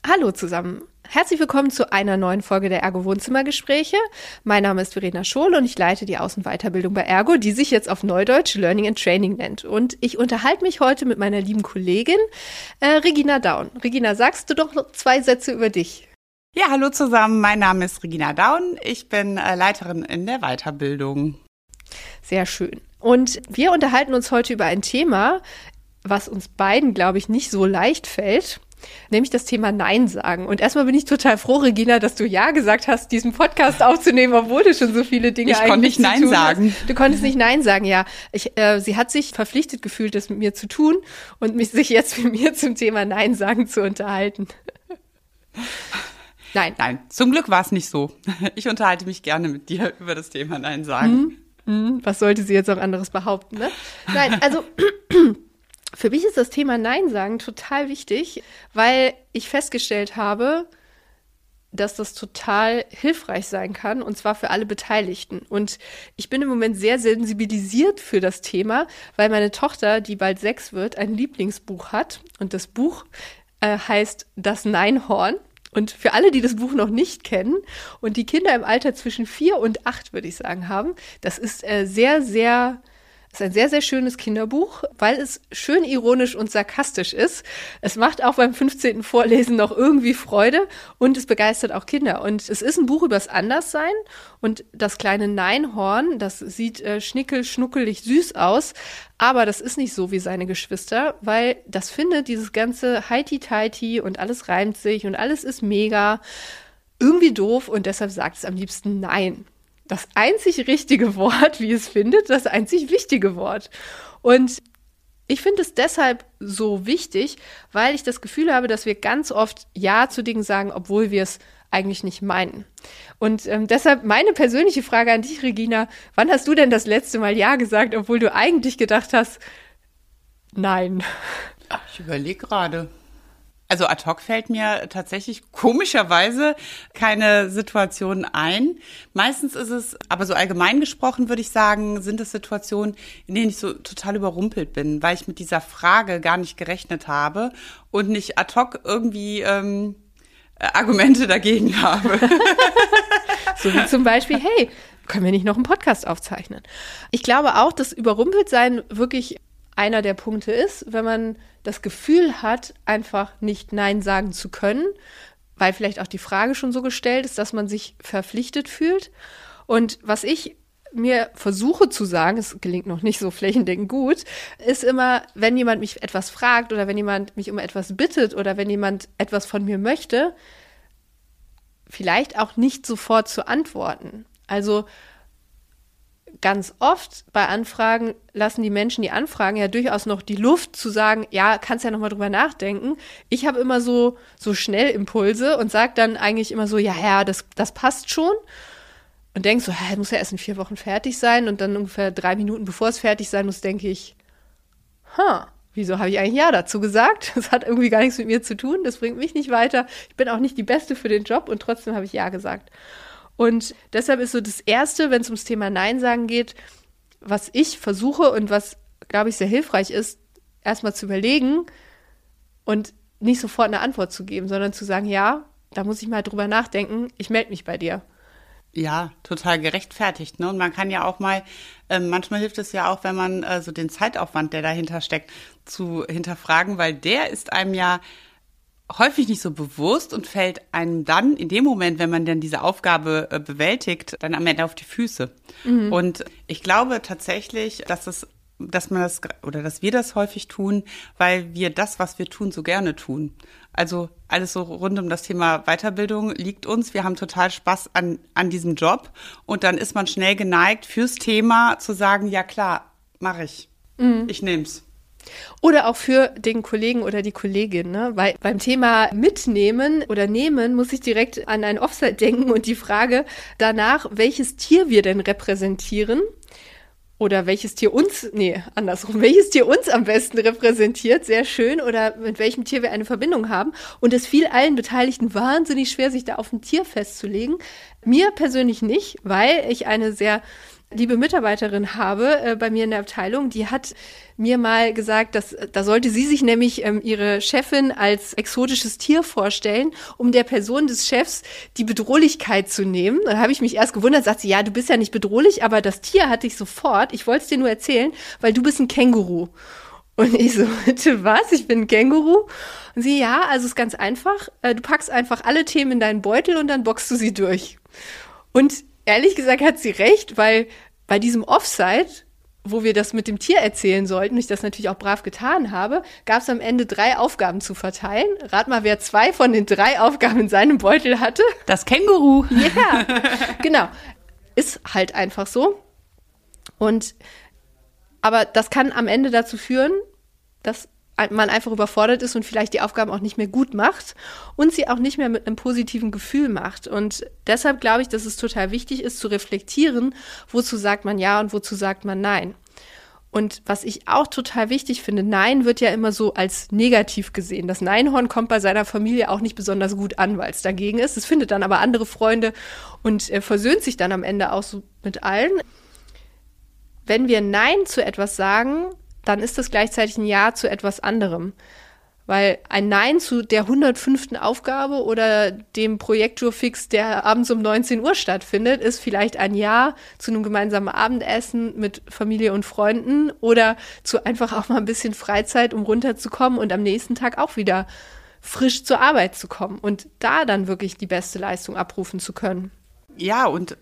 Hallo zusammen. Herzlich willkommen zu einer neuen Folge der Ergo Wohnzimmergespräche. Mein Name ist Verena Schohl und ich leite die Außen- und Weiterbildung bei Ergo, die sich jetzt auf Neudeutsch Learning and Training nennt. Und ich unterhalte mich heute mit meiner lieben Kollegin Regina Daun. Regina, sagst du doch noch 2 Sätze über dich? Ja, hallo zusammen. Mein Name ist Regina Daun. Ich bin Leiterin in der Weiterbildung. Sehr schön. Und wir unterhalten uns heute über ein Thema, was uns beiden, glaube ich, nicht so leicht fällt. Nämlich das Thema Nein sagen. Und erstmal bin ich total froh, Regina, dass du Ja gesagt hast, diesen Podcast aufzunehmen, obwohl du schon so viele Dinge eigentlich zu tun hast. Ich konnte nicht Nein sagen. Du konntest nicht Nein sagen, ja. Sie hat sich verpflichtet gefühlt, das mit mir zu tun und sich jetzt mit mir zum Thema Nein sagen zu unterhalten. Nein, zum Glück war es nicht so. Ich unterhalte mich gerne mit dir über das Thema Nein sagen. Was sollte sie jetzt auch anderes behaupten, ne? Nein, also für mich ist das Thema Nein sagen total wichtig, weil ich festgestellt habe, dass das total hilfreich sein kann, und zwar für alle Beteiligten. Und ich bin im Moment sehr sensibilisiert für das Thema, weil meine Tochter, die bald 6 wird, ein Lieblingsbuch hat. Und das Buch heißt Das Neinhorn. Und für alle, die das Buch noch nicht kennen und die Kinder im Alter zwischen 4 und 8, würde ich sagen, haben, das ist ein sehr, sehr schönes Kinderbuch, weil es schön ironisch und sarkastisch ist. Es macht auch beim 15. Vorlesen noch irgendwie Freude und es begeistert auch Kinder. Und es ist ein Buch übers Anderssein und das kleine Neinhorn, das sieht schnuckelig süß aus, aber das ist nicht so wie seine Geschwister, weil das findet dieses ganze Heiti-Teiti und alles reimt sich und alles ist mega irgendwie doof und deshalb sagt es am liebsten Nein. Das einzig richtige Wort, wie es findet, das einzig wichtige Wort. Und ich finde es deshalb so wichtig, weil ich das Gefühl habe, dass wir ganz oft Ja zu Dingen sagen, obwohl wir es eigentlich nicht meinen. Und deshalb meine persönliche Frage an dich, Regina, wann hast du denn das letzte Mal Ja gesagt, obwohl du eigentlich gedacht hast, nein? Ich überlege gerade. Also ad hoc fällt mir tatsächlich komischerweise keine Situation ein. Meistens ist es, aber so allgemein gesprochen würde ich sagen, sind es Situationen, in denen ich so total überrumpelt bin, weil ich mit dieser Frage gar nicht gerechnet habe und nicht ad hoc irgendwie Argumente dagegen habe. So wie zum Beispiel, hey, können wir nicht noch einen Podcast aufzeichnen? Ich glaube auch, dass Überrumpeltsein wirklich einer der Punkte ist, wenn man das Gefühl hat, einfach nicht Nein sagen zu können, weil vielleicht auch die Frage schon so gestellt ist, dass man sich verpflichtet fühlt. Und was ich mir versuche zu sagen, es gelingt noch nicht so flächendeckend gut, ist immer, wenn jemand mich etwas fragt oder wenn jemand mich um etwas bittet oder wenn jemand etwas von mir möchte, vielleicht auch nicht sofort zu antworten. Also ganz oft bei Anfragen lassen die Menschen die Anfragen ja durchaus noch die Luft zu sagen, ja, kannst ja noch mal drüber nachdenken. Ich habe immer so Schnellimpulse und sage dann eigentlich immer so, ja, das passt schon. Und denk so, muss ja erst in 4 Wochen fertig sein. Und dann ungefähr 3 Minuten, bevor es fertig sein muss, denke ich, wieso habe ich eigentlich Ja dazu gesagt? Das hat irgendwie gar nichts mit mir zu tun, das bringt mich nicht weiter. Ich bin auch nicht die Beste für den Job und trotzdem habe ich Ja gesagt. Und deshalb ist so das Erste, wenn es ums Thema Nein sagen geht, was ich versuche und was, glaube ich, sehr hilfreich ist, erstmal zu überlegen und nicht sofort eine Antwort zu geben, sondern zu sagen, ja, da muss ich mal drüber nachdenken, ich melde mich bei dir. Ja, total gerechtfertigt, ne? Und man kann ja auch mal, manchmal hilft es ja auch, wenn man so den Zeitaufwand, der dahinter steckt, zu hinterfragen, weil der ist einem ja häufig nicht so bewusst und fällt einem dann in dem Moment, wenn man dann diese Aufgabe bewältigt, dann am Ende auf die Füße. Mhm. Und ich glaube tatsächlich, dass wir das häufig tun, weil wir das, was wir tun, so gerne tun. Also alles so rund um das Thema Weiterbildung liegt uns. Wir haben total Spaß an diesem Job und dann ist man schnell geneigt, fürs Thema zu sagen, ja klar, mache ich. Mhm. Ich nehm's. Oder auch für den Kollegen oder die Kollegin, ne? Weil beim Thema mitnehmen oder nehmen muss ich direkt an ein Offsite denken und die Frage danach, welches Tier wir denn repräsentieren oder welches Tier uns am besten repräsentiert, sehr schön, oder mit welchem Tier wir eine Verbindung haben. Und es fiel allen Beteiligten wahnsinnig schwer, sich da auf ein Tier festzulegen. Mir persönlich nicht, weil ich eine sehr liebe Mitarbeiterin habe bei mir in der Abteilung, die hat mir mal gesagt, dass da sollte sie sich nämlich ihre Chefin als exotisches Tier vorstellen, um der Person des Chefs die Bedrohlichkeit zu nehmen. Dann habe ich mich erst gewundert, sagt sie, ja, du bist ja nicht bedrohlich, aber das Tier hatte ich sofort. Ich wollte es dir nur erzählen, weil du bist ein Känguru. Und ich so, bitte was? Ich bin ein Känguru? Und sie, ja, also ist ganz einfach. Du packst einfach alle Themen in deinen Beutel und dann boxst du sie durch. Und ehrlich gesagt hat sie recht, weil bei diesem Offside, wo wir das mit dem Tier erzählen sollten, und ich das natürlich auch brav getan habe, gab es am Ende 3 Aufgaben zu verteilen. Rat mal, wer 2 von den 3 Aufgaben in seinem Beutel hatte. Das Känguru. Ja, genau. Ist halt einfach so. Aber das kann am Ende dazu führen, dass man einfach überfordert ist und vielleicht die Aufgaben auch nicht mehr gut macht und sie auch nicht mehr mit einem positiven Gefühl macht. Und deshalb glaube ich, dass es total wichtig ist, zu reflektieren, wozu sagt man ja und wozu sagt man nein. Und was ich auch total wichtig finde, Nein wird ja immer so als negativ gesehen. Das Neinhorn kommt bei seiner Familie auch nicht besonders gut an, weil es dagegen ist. Es findet dann aber andere Freunde und versöhnt sich dann am Ende auch so mit allen. Wenn wir Nein zu etwas sagen, dann ist das gleichzeitig ein Ja zu etwas anderem. Weil ein Nein zu der 105. Aufgabe oder dem Projektjurfix, der abends um 19 Uhr stattfindet, ist vielleicht ein Ja zu einem gemeinsamen Abendessen mit Familie und Freunden oder zu einfach auch mal ein bisschen Freizeit, um runterzukommen und am nächsten Tag auch wieder frisch zur Arbeit zu kommen und da dann wirklich die beste Leistung abrufen zu können. Ja, und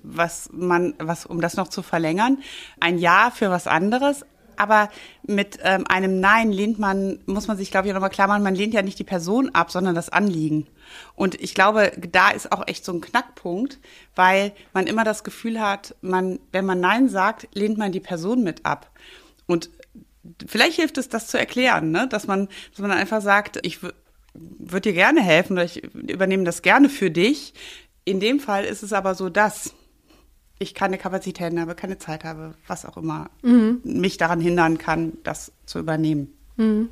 um das noch zu verlängern, ein Ja für was anderes. Aber mit einem Nein muss man sich, glaube ich, nochmal klar machen, man lehnt ja nicht die Person ab, sondern das Anliegen. Und ich glaube, da ist auch echt so ein Knackpunkt, weil man immer das Gefühl hat, wenn man Nein sagt, lehnt man die Person mit ab. Und vielleicht hilft es, das zu erklären, ne? Dass man einfach sagt, ich würde dir gerne helfen oder ich übernehme das gerne für dich. In dem Fall ist es aber so, dass ich keine Kapazitäten habe, keine Zeit habe, was auch immer mich daran hindern kann, das zu übernehmen. Mhm.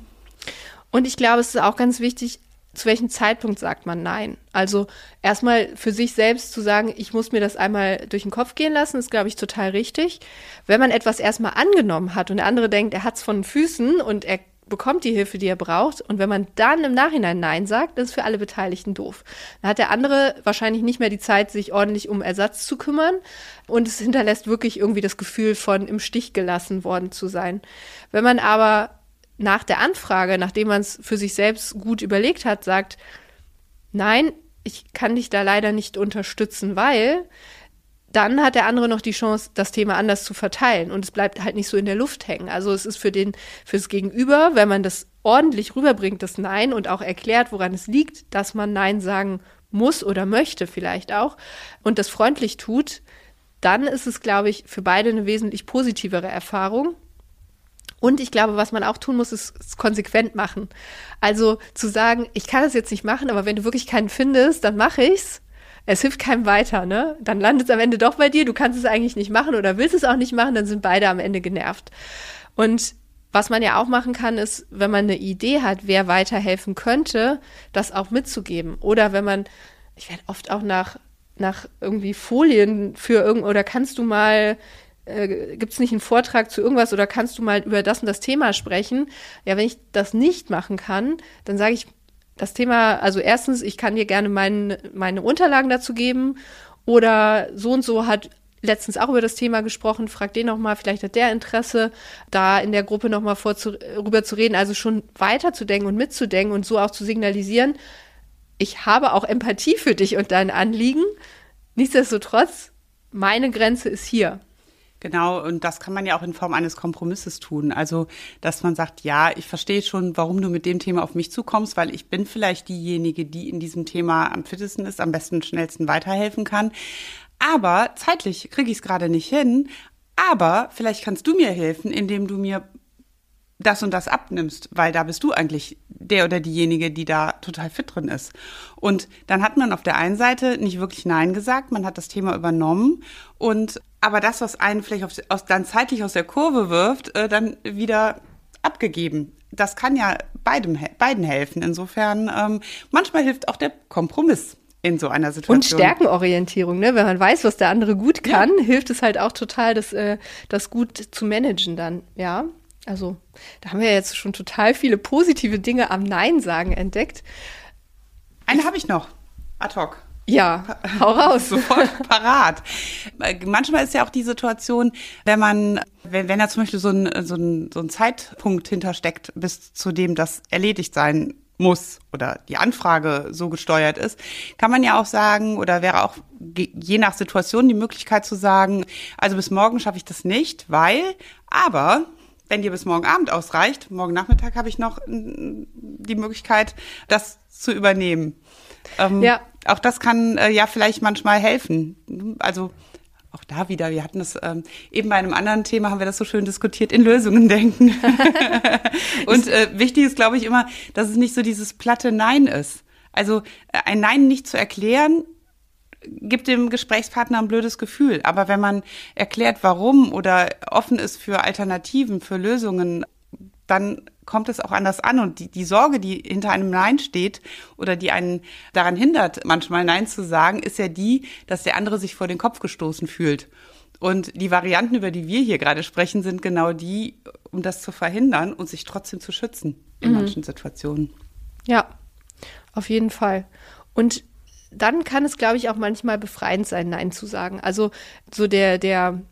Und ich glaube, es ist auch ganz wichtig, zu welchem Zeitpunkt sagt man Nein. Also erstmal für sich selbst zu sagen, ich muss mir das einmal durch den Kopf gehen lassen, ist, glaube ich, total richtig. Wenn man etwas erstmal angenommen hat und der andere denkt, er hat es von den Füßen und er bekommt die Hilfe, die er braucht. Und wenn man dann im Nachhinein Nein sagt, das ist für alle Beteiligten doof. Dann hat der andere wahrscheinlich nicht mehr die Zeit, sich ordentlich um Ersatz zu kümmern. Und es hinterlässt wirklich irgendwie das Gefühl von im Stich gelassen worden zu sein. Wenn man aber nach der Anfrage, nachdem man es für sich selbst gut überlegt hat, sagt, nein, ich kann dich da leider nicht unterstützen, weil dann hat der andere noch die Chance, das Thema anders zu verteilen und es bleibt halt nicht so in der Luft hängen. Also es ist fürs Gegenüber, wenn man das ordentlich rüberbringt, das Nein und auch erklärt, woran es liegt, dass man Nein sagen muss oder möchte vielleicht auch und das freundlich tut, dann ist es, glaube ich, für beide eine wesentlich positivere Erfahrung. Und ich glaube, was man auch tun muss, ist es konsequent machen. Also zu sagen, ich kann das jetzt nicht machen, aber wenn du wirklich keinen findest, dann mache ich's. Es hilft keinem weiter, ne? Dann landet es am Ende doch bei dir, du kannst es eigentlich nicht machen oder willst es auch nicht machen, dann sind beide am Ende genervt. Und was man ja auch machen kann, ist, wenn man eine Idee hat, wer weiterhelfen könnte, das auch mitzugeben. Oder ich werde oft auch nach irgendwie Folien oder kannst du mal, gibt es nicht einen Vortrag zu irgendwas oder kannst du mal über das und das Thema sprechen? Ja, wenn ich das nicht machen kann, dann sage ich, das Thema, also erstens, ich kann dir gerne meine Unterlagen dazu geben oder so und so hat letztens auch über das Thema gesprochen, frag den nochmal, vielleicht hat der Interesse, da in der Gruppe nochmal rüber zu reden, also schon weiterzudenken und mitzudenken und so auch zu signalisieren, ich habe auch Empathie für dich und dein Anliegen, nichtsdestotrotz, meine Grenze ist hier. Genau, und das kann man ja auch in Form eines Kompromisses tun. Also, dass man sagt, ja, ich verstehe schon, warum du mit dem Thema auf mich zukommst, weil ich bin vielleicht diejenige, die in diesem Thema am fittesten ist, am besten, schnellsten weiterhelfen kann. Aber zeitlich kriege ich es gerade nicht hin. Aber vielleicht kannst du mir helfen, indem du mir das und das abnimmst, weil da bist du eigentlich der oder diejenige, die da total fit drin ist. Und dann hat man auf der einen Seite nicht wirklich Nein gesagt, man hat das Thema übernommen aber das, was einen vielleicht dann zeitlich aus der Kurve wirft, dann wieder abgegeben. Das kann ja beiden helfen. Insofern, manchmal hilft auch der Kompromiss in so einer Situation. Und Stärkenorientierung, ne? Wenn man weiß, was der andere gut kann, hilft es halt auch total, das gut zu managen dann, ja. Also da haben wir jetzt schon total viele positive Dinge am Nein sagen entdeckt. Eine habe ich noch, ad hoc. Ja, hau raus. Sofort parat. Manchmal ist ja auch die Situation, wenn da zum Beispiel so ein Zeitpunkt hintersteckt, bis zu dem das erledigt sein muss oder die Anfrage so gesteuert ist, kann man ja auch sagen, oder wäre auch je nach Situation die Möglichkeit zu sagen, also bis morgen schaffe ich das nicht, aber wenn dir bis morgen Abend ausreicht, morgen Nachmittag habe ich noch die Möglichkeit, das zu übernehmen. Ja. Auch das kann ja vielleicht manchmal helfen. Also auch da wieder, wir hatten das eben bei einem anderen Thema, haben wir das so schön diskutiert, in Lösungen denken. Und wichtig ist, glaube ich, immer, dass es nicht so dieses platte Nein ist. Also ein Nein nicht zu erklären, gibt dem Gesprächspartner ein blödes Gefühl. Aber wenn man erklärt, warum oder offen ist für Alternativen, für Lösungen, dann kommt es auch anders an. Und die Sorge, die hinter einem Nein steht oder die einen daran hindert, manchmal Nein zu sagen, ist ja die, dass der andere sich vor den Kopf gestoßen fühlt. Und die Varianten, über die wir hier gerade sprechen, sind genau die, um das zu verhindern und sich trotzdem zu schützen in manchen Situationen. Ja, auf jeden Fall. Und dann kann es, glaube ich, auch manchmal befreiend sein, Nein zu sagen. Also so irgendwo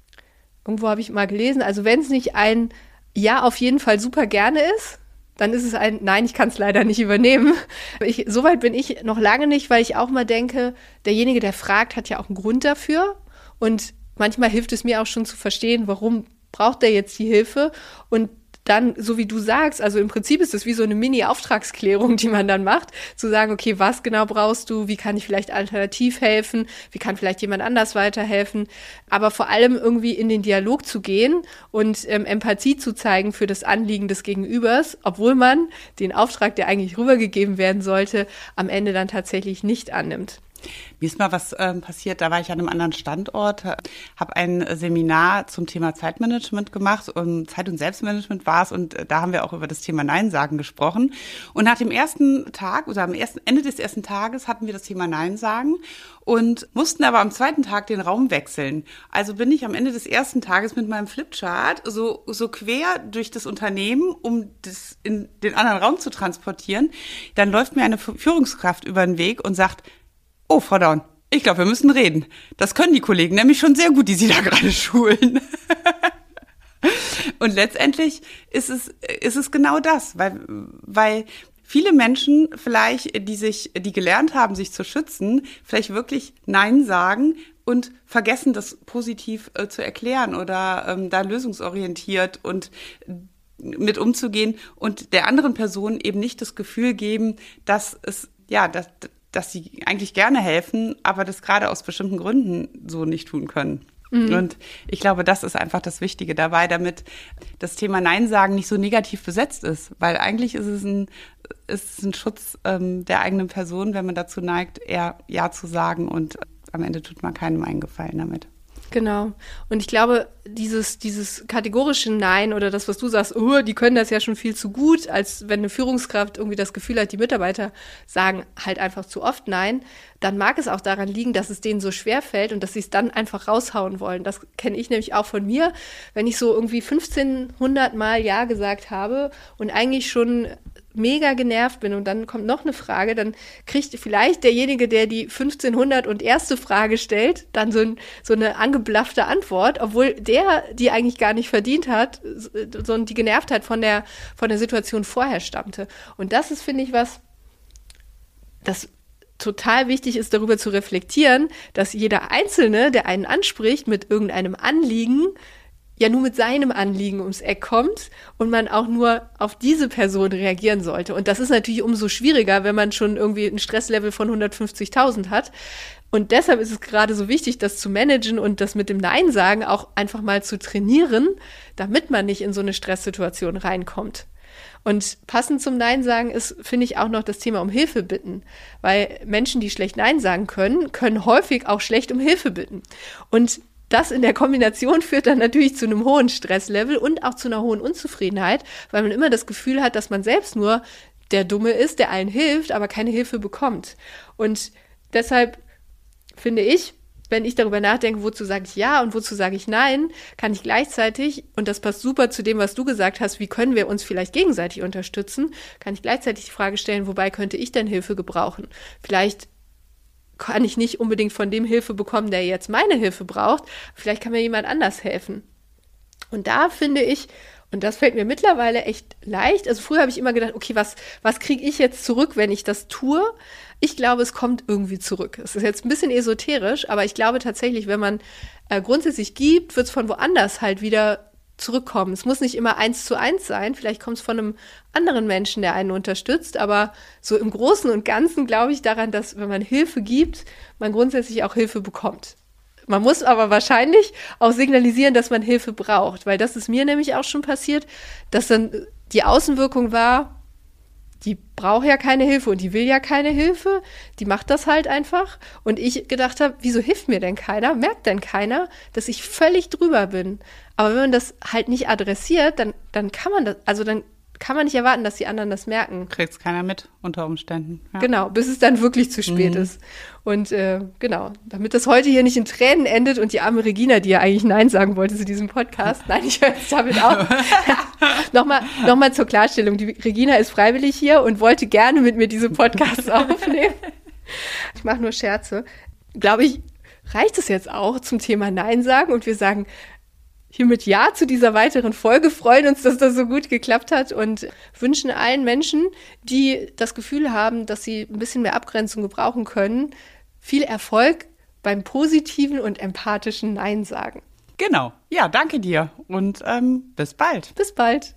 habe ich mal gelesen, also wenn es nicht ein Ja auf jeden Fall super gerne ist, dann ist es ein Nein, ich kann es leider nicht übernehmen. Soweit bin ich noch lange nicht, weil ich auch mal denke, derjenige, der fragt, hat ja auch einen Grund dafür. Und manchmal hilft es mir auch schon zu verstehen, warum braucht er jetzt die Hilfe. Und dann, so wie du sagst, also im Prinzip ist es wie so eine Mini-Auftragsklärung, die man dann macht, zu sagen, okay, was genau brauchst du, wie kann ich vielleicht alternativ helfen, wie kann vielleicht jemand anders weiterhelfen, aber vor allem irgendwie in den Dialog zu gehen und Empathie zu zeigen für das Anliegen des Gegenübers, obwohl man den Auftrag, der eigentlich rübergegeben werden sollte, am Ende dann tatsächlich nicht annimmt. Mir ist mal was passiert, da war ich an einem anderen Standort, habe ein Seminar zum Thema Zeitmanagement gemacht, Zeit- und Selbstmanagement war es, und da haben wir auch über das Thema Nein sagen gesprochen. Und nach dem ersten Tag oder am Ende des ersten Tages hatten wir das Thema Nein sagen und mussten aber am zweiten Tag den Raum wechseln. Also bin ich am Ende des ersten Tages mit meinem Flipchart so quer durch das Unternehmen, um das in den anderen Raum zu transportieren. Dann läuft mir eine Führungskraft über den Weg und sagt: Oh, Frau Daun, ich glaube, wir müssen reden. Das können die Kollegen nämlich schon sehr gut, die Sie da gerade schulen. Und letztendlich ist es genau das, weil viele Menschen vielleicht, die gelernt haben, sich zu schützen, vielleicht wirklich Nein sagen und vergessen, das positiv zu erklären oder da lösungsorientiert und mit umzugehen und der anderen Person eben nicht das Gefühl geben, dass sie eigentlich gerne helfen, aber das gerade aus bestimmten Gründen so nicht tun können. Mhm. Und ich glaube, das ist einfach das Wichtige dabei, damit das Thema Nein sagen nicht so negativ besetzt ist. Weil eigentlich ist es ein Schutz der eigenen Person, wenn man dazu neigt, eher Ja zu sagen, und am Ende tut man keinem einen Gefallen damit. Genau. Und ich glaube, dieses kategorische Nein oder das, was du sagst, oh, die können das ja schon viel zu gut, als wenn eine Führungskraft irgendwie das Gefühl hat, die Mitarbeiter sagen halt einfach zu oft Nein, dann mag es auch daran liegen, dass es denen so schwer fällt und dass sie es dann einfach raushauen wollen. Das kenne ich nämlich auch von mir, wenn ich so irgendwie 1500 Mal Ja gesagt habe und eigentlich schon mega genervt bin und dann kommt noch eine Frage, dann kriegt vielleicht derjenige, der die 1500 und erste Frage stellt, dann so eine angeblaffte Antwort, obwohl der die eigentlich gar nicht verdient hat, sondern die Genervtheit von der Situation vorher stammte. Und das ist, finde ich, was, das total wichtig ist, darüber zu reflektieren, dass jeder Einzelne, der einen anspricht mit irgendeinem Anliegen, ja nur mit seinem Anliegen ums Eck kommt und man auch nur auf diese Person reagieren sollte. Und das ist natürlich umso schwieriger, wenn man schon irgendwie ein Stresslevel von 150.000 hat. Und deshalb ist es gerade so wichtig, das zu managen und das mit dem Nein sagen auch einfach mal zu trainieren, damit man nicht in so eine Stresssituation reinkommt. Und passend zum Nein sagen ist, finde ich, auch noch das Thema um Hilfe bitten. Weil Menschen, die schlecht Nein sagen können häufig auch schlecht um Hilfe bitten. Und das in der Kombination führt dann natürlich zu einem hohen Stresslevel und auch zu einer hohen Unzufriedenheit, weil man immer das Gefühl hat, dass man selbst nur der Dumme ist, der allen hilft, aber keine Hilfe bekommt. Und Deshalb finde ich, wenn ich darüber nachdenke, wozu sage ich ja und wozu sage ich nein, kann ich gleichzeitig, und das passt super zu dem, was du gesagt hast, wie können wir uns vielleicht gegenseitig unterstützen, kann ich gleichzeitig die Frage stellen, wobei könnte ich denn Hilfe gebrauchen? Vielleicht kann ich nicht unbedingt von dem Hilfe bekommen, der jetzt meine Hilfe braucht, vielleicht kann mir jemand anders helfen. Und da finde ich, und das fällt mir mittlerweile echt leicht. Also früher habe ich immer gedacht, okay, was kriege ich jetzt zurück, wenn ich das tue? Ich glaube, es kommt irgendwie zurück. Es ist jetzt ein bisschen esoterisch, aber ich glaube tatsächlich, wenn man grundsätzlich gibt, wird es von woanders halt wieder zurückkommen. Es muss nicht immer 1:1 sein. Vielleicht kommt es von einem anderen Menschen, der einen unterstützt. Aber so im Großen und Ganzen glaube ich daran, dass wenn man Hilfe gibt, man grundsätzlich auch Hilfe bekommt. Man muss aber wahrscheinlich auch signalisieren, dass man Hilfe braucht, weil das ist mir nämlich auch schon passiert, dass dann die Außenwirkung war, die braucht ja keine Hilfe und die will ja keine Hilfe, die macht das halt einfach. Und ich gedacht habe, wieso hilft mir denn keiner? Merkt denn keiner, dass ich völlig drüber bin? Aber wenn man das halt nicht adressiert, dann kann man das, also dann kann man nicht erwarten, dass die anderen das merken. Kriegt's keiner mit, unter Umständen. Ja. Genau, bis es dann wirklich zu spät ist. Und genau, damit das heute hier nicht in Tränen endet und die arme Regina, die ja eigentlich Nein sagen wollte zu diesem Podcast, nein, ich höre jetzt damit auf. Nochmal zur Klarstellung, die Regina ist freiwillig hier und wollte gerne mit mir diese Podcasts aufnehmen. Ich mache nur Scherze. Glaube ich, reicht es jetzt auch zum Thema Nein sagen und wir sagen hiermit Ja zu dieser weiteren Folge, freuen uns, dass das so gut geklappt hat und wünschen allen Menschen, die das Gefühl haben, dass sie ein bisschen mehr Abgrenzung gebrauchen können, viel Erfolg beim positiven und empathischen Nein sagen. Genau. Ja, danke dir und bis bald. Bis bald.